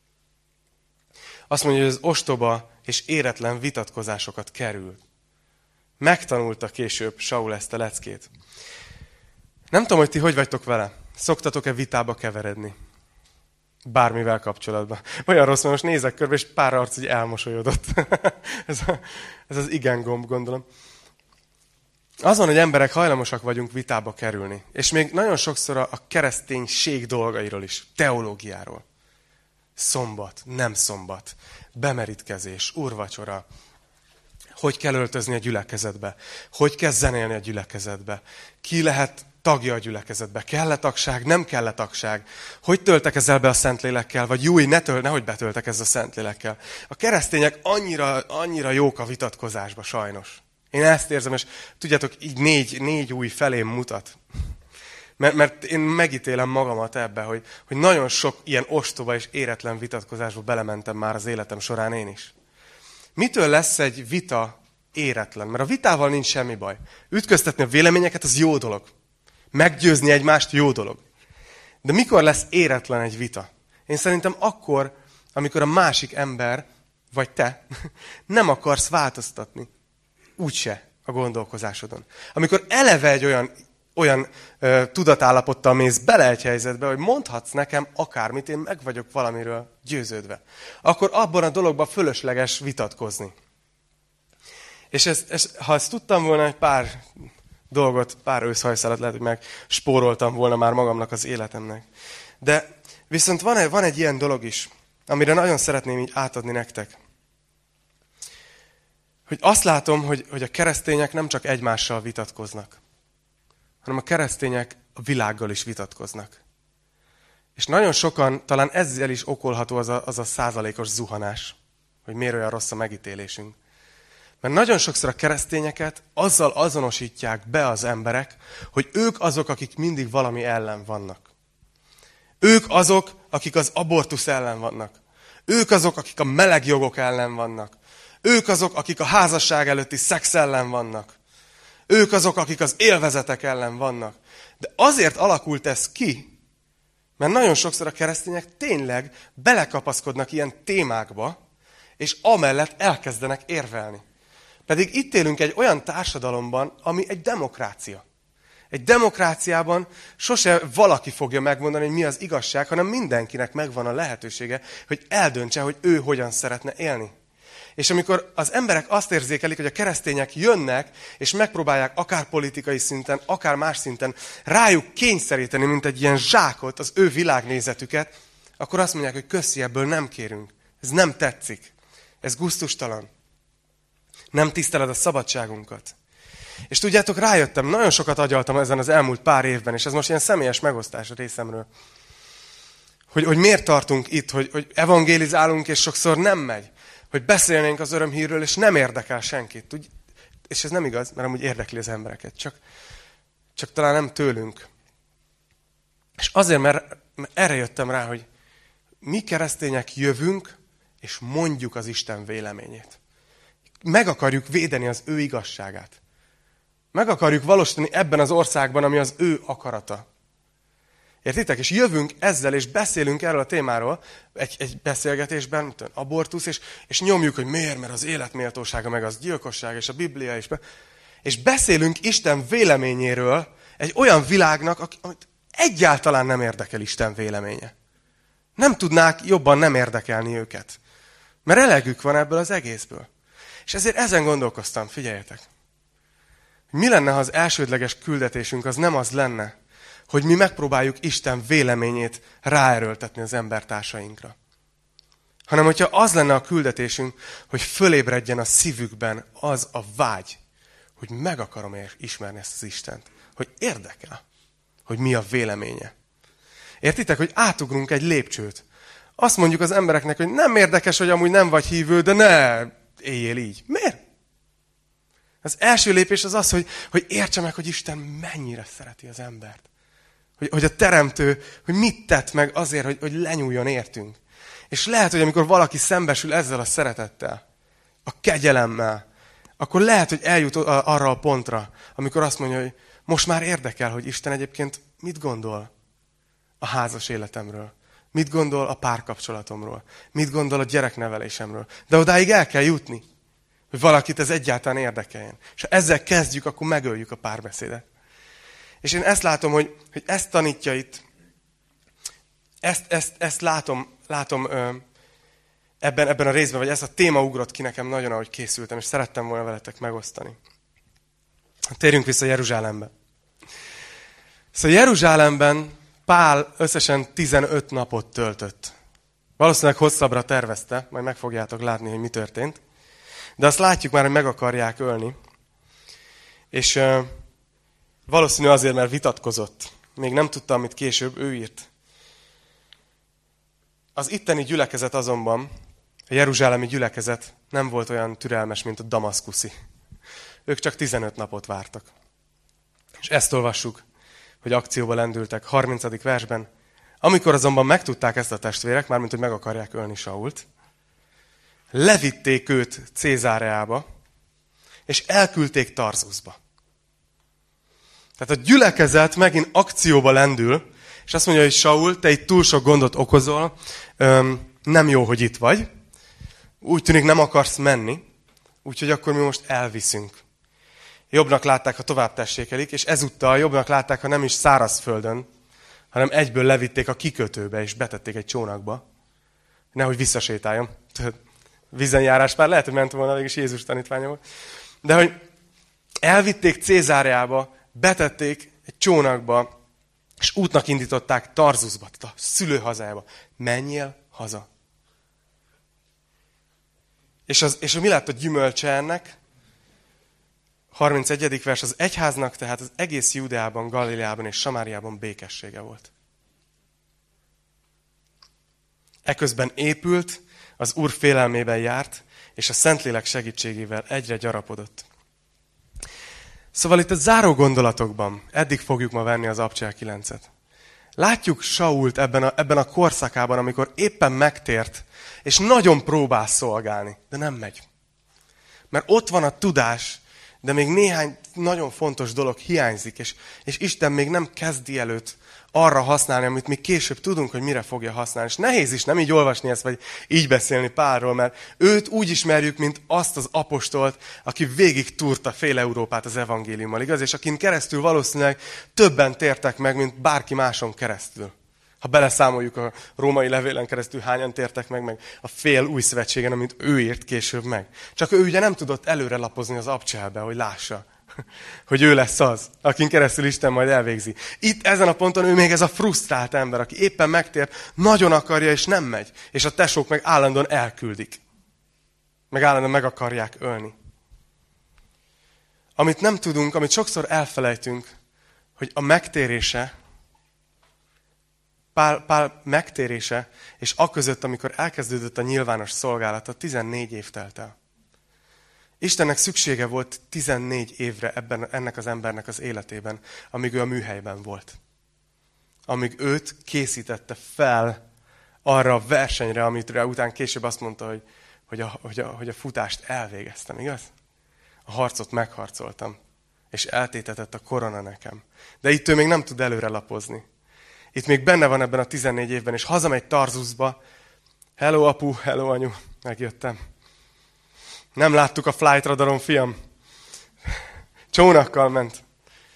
Azt mondja, hogy az ostoba és éretlen vitatkozásokat kerül. Megtanulta később Saul ezt a leckét. Nem tudom, hogy ti hogy vagytok vele. Szoktatok-e vitába keveredni? Bármivel kapcsolatban. Olyan rossz, mert most nézek körbe, és pár arc így elmosolyodott. ez, a, ez az igen gomb, gondolom. Az van, hogy emberek hajlamosak vagyunk vitába kerülni. És még nagyon sokszor a kereszténység dolgairól is. Teológiáról. Szombat, nem szombat. Bemerítkezés, úrvacsora. Hogy kell öltözni a gyülekezetbe? Hogy kell zenélni a gyülekezetbe? Ki lehet tagja a gyülekezetbe? Kell-e tagság? Nem kell-e tagság? Hogy töltekezel be a Szentlélekkel? Vagy júj, ne töl, nehogy betöltekezz a Szentlélekkel. A keresztények annyira, annyira jók a vitatkozásba, sajnos. Én ezt érzem, és tudjátok, így négy, négy új felém mutat. Mert, mert én megítélem magamat ebbe, hogy, hogy nagyon sok ilyen ostoba és éretlen vitatkozásba belementem már az életem során én is. Mitől lesz egy vita éretlen? Mert a vitával nincs semmi baj. Ütköztetni a véleményeket, az jó dolog. Meggyőzni egymást jó dolog. De mikor lesz éretlen egy vita? Én szerintem akkor, amikor a másik ember, vagy te, nem akarsz változtatni. Úgyse a gondolkozásodon. Amikor eleve egy olyan, olyan ö, tudatállapottal mész bele egy helyzetbe, hogy mondhatsz nekem akármit, én meg vagyok valamiről győződve. Akkor abban a dologban fölösleges vitatkozni. És ez, ez, ha ezt tudtam volna, egy pár dolgot, pár őszhajszalat lehet, hogy megspóroltam volna már magamnak az életemnek. De viszont van egy, van egy ilyen dolog is, amire nagyon szeretném így átadni nektek. Hogy azt látom, hogy, hogy a keresztények nem csak egymással vitatkoznak, hanem a keresztények a világgal is vitatkoznak. És nagyon sokan, talán ezzel is okolható az a, az a százalékos zuhanás, hogy miért olyan rossz a megítélésünk. Mert nagyon sokszor a keresztényeket azzal azonosítják be az emberek, hogy ők azok, akik mindig valami ellen vannak. Ők azok, akik az abortusz ellen vannak. Ők azok, akik a meleg jogok ellen vannak. Ők azok, akik a házasság előtti szex ellen vannak. Ők azok, akik az élvezetek ellen vannak. De azért alakult ez ki, mert nagyon sokszor a keresztények tényleg belekapaszkodnak ilyen témákba, és amellett elkezdenek érvelni. Pedig itt élünk egy olyan társadalomban, ami egy demokrácia. Egy demokráciában sose valaki fogja megmondani, hogy mi az igazság, hanem mindenkinek megvan a lehetősége, hogy eldöntse, hogy ő hogyan szeretne élni. És amikor az emberek azt érzékelik, hogy a keresztények jönnek, és megpróbálják akár politikai szinten, akár más szinten rájuk kényszeríteni, mint egy ilyen zsákot az ő világnézetüket, akkor azt mondják, hogy köszi, ebből nem kérünk. Ez nem tetszik. Ez gusztustalan. Nem tiszteled a szabadságunkat. És tudjátok, rájöttem, nagyon sokat agyaltam ezen az elmúlt pár évben, és ez most ilyen személyes megosztás a részemről, hogy, hogy miért tartunk itt, hogy, hogy evangélizálunk, és sokszor nem megy. Hogy beszélnénk az örömhírről, és nem érdekel senkit. Úgy, és ez nem igaz, mert amúgy érdekli az embereket. Csak, csak talán nem tőlünk. És azért, mert, mert erre jöttem rá, hogy mi keresztények jövünk, és mondjuk az Isten véleményét. Meg akarjuk védeni az ő igazságát. Meg akarjuk valósítani ebben az országban, ami az ő akarata. Értitek? És jövünk ezzel, és beszélünk erről a témáról egy, egy beszélgetésben, mint abortusz, és, és nyomjuk, hogy miért, mert az életméltósága, meg az gyilkosság, és a Biblia is. És beszélünk Isten véleményéről egy olyan világnak, amit egyáltalán nem érdekel Isten véleménye. Nem tudnák jobban nem érdekelni őket. Mert elegük van ebből az egészből. És ezért ezen gondolkoztam, figyeljetek. Mi lenne, ha az elsődleges küldetésünk az nem az lenne, hogy mi megpróbáljuk Isten véleményét ráerőltetni az embertársainkra. Hanem hogyha az lenne a küldetésünk, hogy fölébredjen a szívükben az a vágy, hogy meg akarom ismerni ezt az Istent. Hogy érdekel, hogy mi a véleménye. Értitek, hogy átugrunk egy lépcsőt. Azt mondjuk az embereknek, hogy nem érdekes, hogy amúgy nem vagy hívő, de ne éljél így. Miért? Az első lépés az az, hogy, hogy értse meg, hogy Isten mennyire szereti az embert. Hogy, hogy a teremtő, hogy mit tett meg azért, hogy, hogy lenyúljon értünk. És lehet, hogy amikor valaki szembesül ezzel a szeretettel, a kegyelemmel, akkor lehet, hogy eljut arra a pontra, amikor azt mondja, hogy most már érdekel, hogy Isten egyébként mit gondol a házas életemről. Mit gondol a párkapcsolatomról. Mit gondol a gyereknevelésemről. De odáig el kell jutni, hogy valakit ez egyáltalán érdekeljen. És ha ezzel kezdjük, akkor megöljük a párbeszédet. És én ezt látom, hogy, hogy ezt tanítja itt, ezt, ezt, ezt látom, látom ö, ebben, ebben a részben, vagy ez a téma ugrott ki nekem nagyon, ahogy készültem, és szerettem volna veletek megosztani. Térjünk vissza Jeruzsálembe. Szóval Jeruzsálemben Pál összesen tizenöt napot töltött. Valószínűleg hosszabbra tervezte, majd meg fogjátok látni, hogy mi történt. De azt látjuk már, hogy meg akarják ölni. És uh, valószínű azért, mert vitatkozott. Még nem tudta, amit később ő írt. Az itteni gyülekezet azonban, a jeruzsálemi gyülekezet nem volt olyan türelmes, mint a damaszkuszi. Ők csak tizenöt napot vártak. És ezt olvassuk, hogy akcióba lendültek harmincadik versben. Amikor azonban megtudták ezt a testvérek, mármint, hogy meg akarják ölni Sault, levitték őt Cézáreába, és elküldték Tarzuszba. Tehát a gyülekezet megint akcióba lendül, és azt mondja, hogy Saul, te itt túl sok gondot okozol, nem jó, hogy itt vagy, úgy tűnik nem akarsz menni, úgyhogy akkor mi most elviszünk. Jobbnak látták, ha tovább tessékelik, és ezúttal jobbnak látták, ha nem is szárazföldön, hanem egyből levitték a kikötőbe, és betették egy csónakba. Nehogy visszasétáljon. Vízenjárás már lehet, hogy ment volna, mégis Jézus tanítványa volt. De hogy elvitték Cézáreába, betették egy csónakba, és útnak indították Tarzuszba, a szülőhazájába. Menjél haza. És, az, és mi lett a gyümölcse ennek? harmincegyedik vers, az egyháznak, tehát az egész Judeában, Galileában és Samáriában békessége volt. Eközben épült, az Úr félelmében járt, és a Szentlélek segítségével egyre gyarapodott. Szóval itt a záró gondolatokban, eddig fogjuk ma venni az Abcsel kilencet. Látjuk Sault ebben a, ebben a korszakában, amikor éppen megtért, és nagyon próbál szolgálni, de nem megy. Mert ott van a tudás, de még néhány nagyon fontos dolog hiányzik, és, és Isten még nem kezdi előtt arra használni, amit mi később tudunk, hogy mire fogja használni. És nehéz is nem így olvasni ezt, vagy így beszélni Pálról, mert őt úgy ismerjük, mint azt az apostolt, aki végig túrta fél Európát az evangéliummal, igaz? És akin keresztül valószínűleg többen tértek meg, mint bárki máson keresztül. Ha beleszámoljuk a római levélen keresztül, hányan tértek meg, meg a fél új szövetségen, amit ő írt később meg. Csak ő ugye nem tudott előre lapozni az Abcselbe, hogy lássa, hogy ő lesz az, akin keresztül Isten majd elvégzi. Itt ezen a ponton ő még ez a frusztrált ember, aki éppen megtér, nagyon akarja és nem megy. És a tesók meg állandóan elküldik. Meg állandóan meg akarják ölni. Amit nem tudunk, amit sokszor elfelejtünk, hogy a megtérése, Pál, Pál megtérése, és aközött, amikor elkezdődött a nyilvános szolgálata, tizennégy év telt el. Istennek szüksége volt tizennégy évre ebben, ennek az embernek az életében, amíg ő a műhelyben volt. Amíg őt készítette fel arra a versenyre, amit után később azt mondta, hogy, hogy, a, hogy, a, hogy a futást elvégeztem, igaz? A harcot megharcoltam. és eltétetett a korona nekem. De itt ő még nem tud előre lapozni. Itt még benne van ebben a tizennégy évben, és hazamegy Tarzuszba. Hello apu, hello anyu, megjöttem. Nem láttuk a flight radaron, fiam. Csónakkal ment.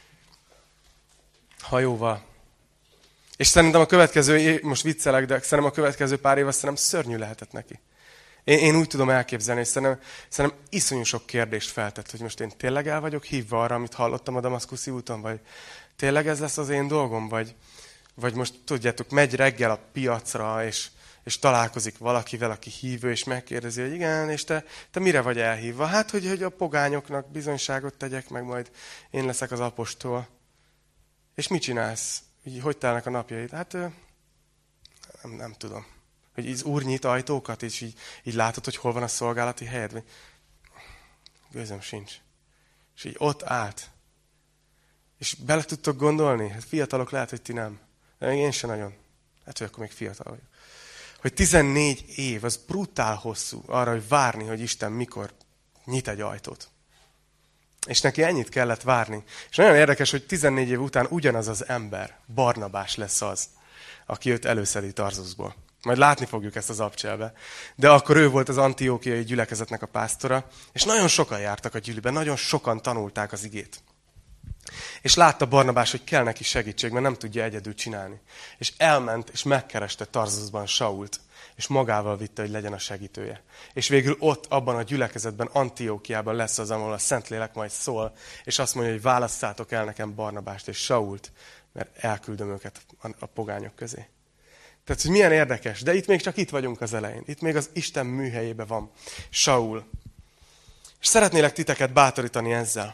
Hajóval. És szerintem a következő év, most viccelek, de szerintem a következő pár év, azt szerintem szörnyű lehetett neki. Én, én úgy tudom elképzelni, és szerintem, szerintem iszonyú sok kérdést feltett, hogy most én tényleg el vagyok hívva arra, amit hallottam a damaszkuszi úton, vagy tényleg ez lesz az én dolgom, vagy, vagy most tudjátok, megy reggel a piacra, és, és találkozik valakivel, aki hívő, és megkérdezi, hogy igen, és te, te mire vagy elhívva? Hát, hogy, hogy a pogányoknak bizonyságot tegyek, meg majd én leszek az apostol. És mit csinálsz? Hogy telnek a napjaid? Hát nem, nem tudom. Hogy az Úr nyit ajtókat, és így, így látod, hogy hol van a szolgálati helyed? Gőzöm sincs. És így ott állt. És bele tudtok gondolni? Hát fiatalok lehet, hogy ti nem. De én sem nagyon. Hát, hogy akkor még fiatal vagyok. Hogy tizennégy év, az brutál hosszú arra, hogy várni, hogy Isten mikor nyit egy ajtót. És neki ennyit kellett várni. És nagyon érdekes, hogy tizennégy év után ugyanaz az ember, Barnabás lesz az, aki őt előszedi Tarzuszból. Majd látni fogjuk ezt az abcselbe. De akkor ő volt az antiókiai gyülekezetnek a pásztora, és nagyon sokan jártak a gyüliben, nagyon sokan tanulták az igét. És látta Barnabás, hogy kell neki segítség, mert nem tudja egyedül csinálni. És elment, és megkereste Tarzuszban Sault, és magával vitte, hogy legyen a segítője. És végül ott, abban a gyülekezetben, Antiókiában lesz az, ahol a Szentlélek majd szól, és azt mondja, hogy válasszátok el nekem Barnabást és Sault, mert elküldöm őket a pogányok közé. Tehát, hogy milyen érdekes. De itt még csak itt vagyunk az elején. Itt még az Isten műhelyében van Saul. És szeretnélek titeket bátorítani ezzel.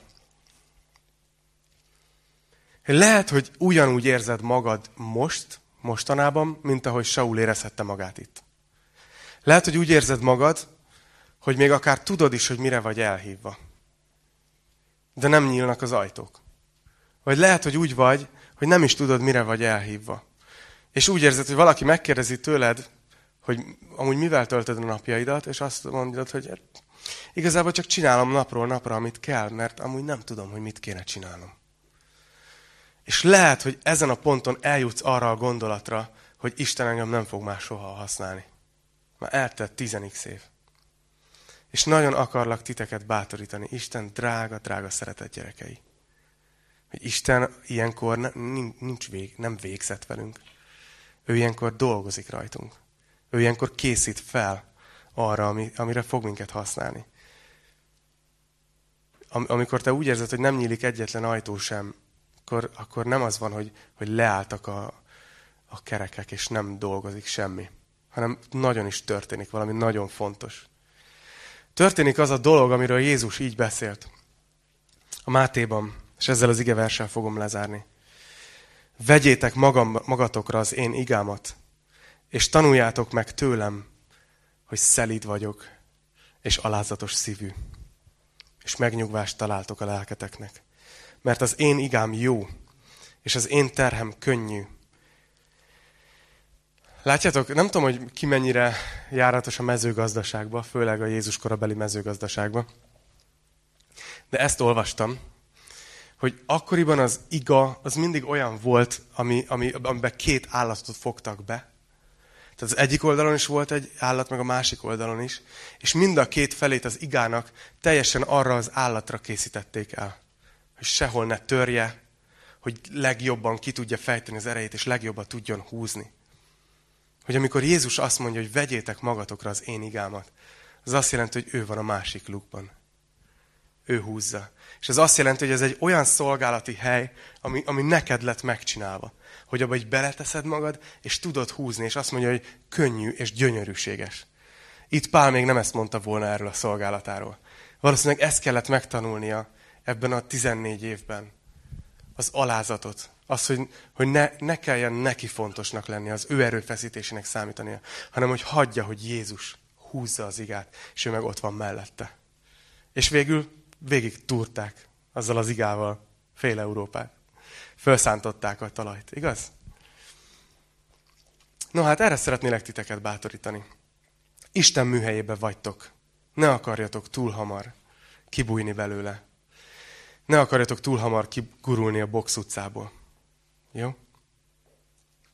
Lehet, hogy ugyanúgy érzed magad most, mostanában, mint ahogy Saul érezhette magát itt. Lehet, hogy úgy érzed magad, hogy még akár tudod is, hogy mire vagy elhívva. De nem nyílnak az ajtók. Vagy lehet, hogy úgy vagy, hogy nem is tudod, mire vagy elhívva. És úgy érzed, hogy valaki megkérdezi tőled, hogy amúgy mivel töltöd a napjaidat, és azt mondod, hogy igazából csak csinálom napról napra, amit kell, mert amúgy nem tudom, hogy mit kéne csinálnom. És lehet, hogy ezen a ponton eljutsz arra a gondolatra, hogy Isten engem nem fog már soha használni. Már eltelt tizenik év. És nagyon akarlak titeket bátorítani. Isten drága, drága szeretett gyerekei. Hogy Isten ilyenkor nincs vég, nem végzett velünk. Ő ilyenkor dolgozik rajtunk. Ő ilyenkor készít fel arra, ami, amire fog minket használni. Am, amikor te úgy érzed, hogy nem nyílik egyetlen ajtó sem, akkor, akkor nem az van, hogy, hogy leálltak a, a kerekek, és nem dolgozik semmi. Hanem nagyon is történik valami nagyon fontos. Történik az a dolog, amiről Jézus így beszélt. A Mátéban, és ezzel az igeverssel fogom lezárni. Vegyétek magam, magatokra az én igámat, és tanuljátok meg tőlem, hogy szelíd vagyok, és alázatos szívű. És megnyugvást találtok a lelketeknek. Mert az én igám jó, és az én terhem könnyű. Látjátok, nem tudom, hogy ki mennyire járatos a mezőgazdaságba, főleg a Jézus korabeli mezőgazdaságba. De ezt olvastam, hogy akkoriban az iga, az mindig olyan volt, ami, ami, amiben két állatot fogtak be. Tehát az egyik oldalon is volt egy állat, meg a másik oldalon is, és mind a két felét az igának teljesen arra az állatra készítették el. Hogy sehol ne törje, hogy legjobban ki tudja fejteni az erejét, és legjobban tudjon húzni. Hogy amikor Jézus azt mondja, hogy vegyétek magatokra az én igámat, az azt jelenti, hogy ő van a másik lukban. Ő húzza. És ez azt jelenti, hogy ez egy olyan szolgálati hely, ami, ami neked lett megcsinálva. Hogy abba így beleteszed magad, és tudod húzni, és azt mondja, hogy könnyű és gyönyörűséges. Itt Pál még nem ezt mondta volna erről a szolgálatáról. Valószínűleg ezt kellett megtanulnia ebben a tizennégy évben. Az alázatot. Az, hogy, hogy ne, ne kelljen neki fontosnak lenni, az ő erőfeszítésének számítania, hanem hogy hagyja, hogy Jézus húzza az igát, és ő meg ott van mellette. És végül végig túrták azzal az igával fél Európát. Fölszántották a talajt, igaz? No hát erre szeretnélek titeket bátorítani. Isten műhelyébe vagytok. Ne akarjatok túl hamar kibújni belőle. ne akarjatok túl hamar kigurulni a box utcából. Jó?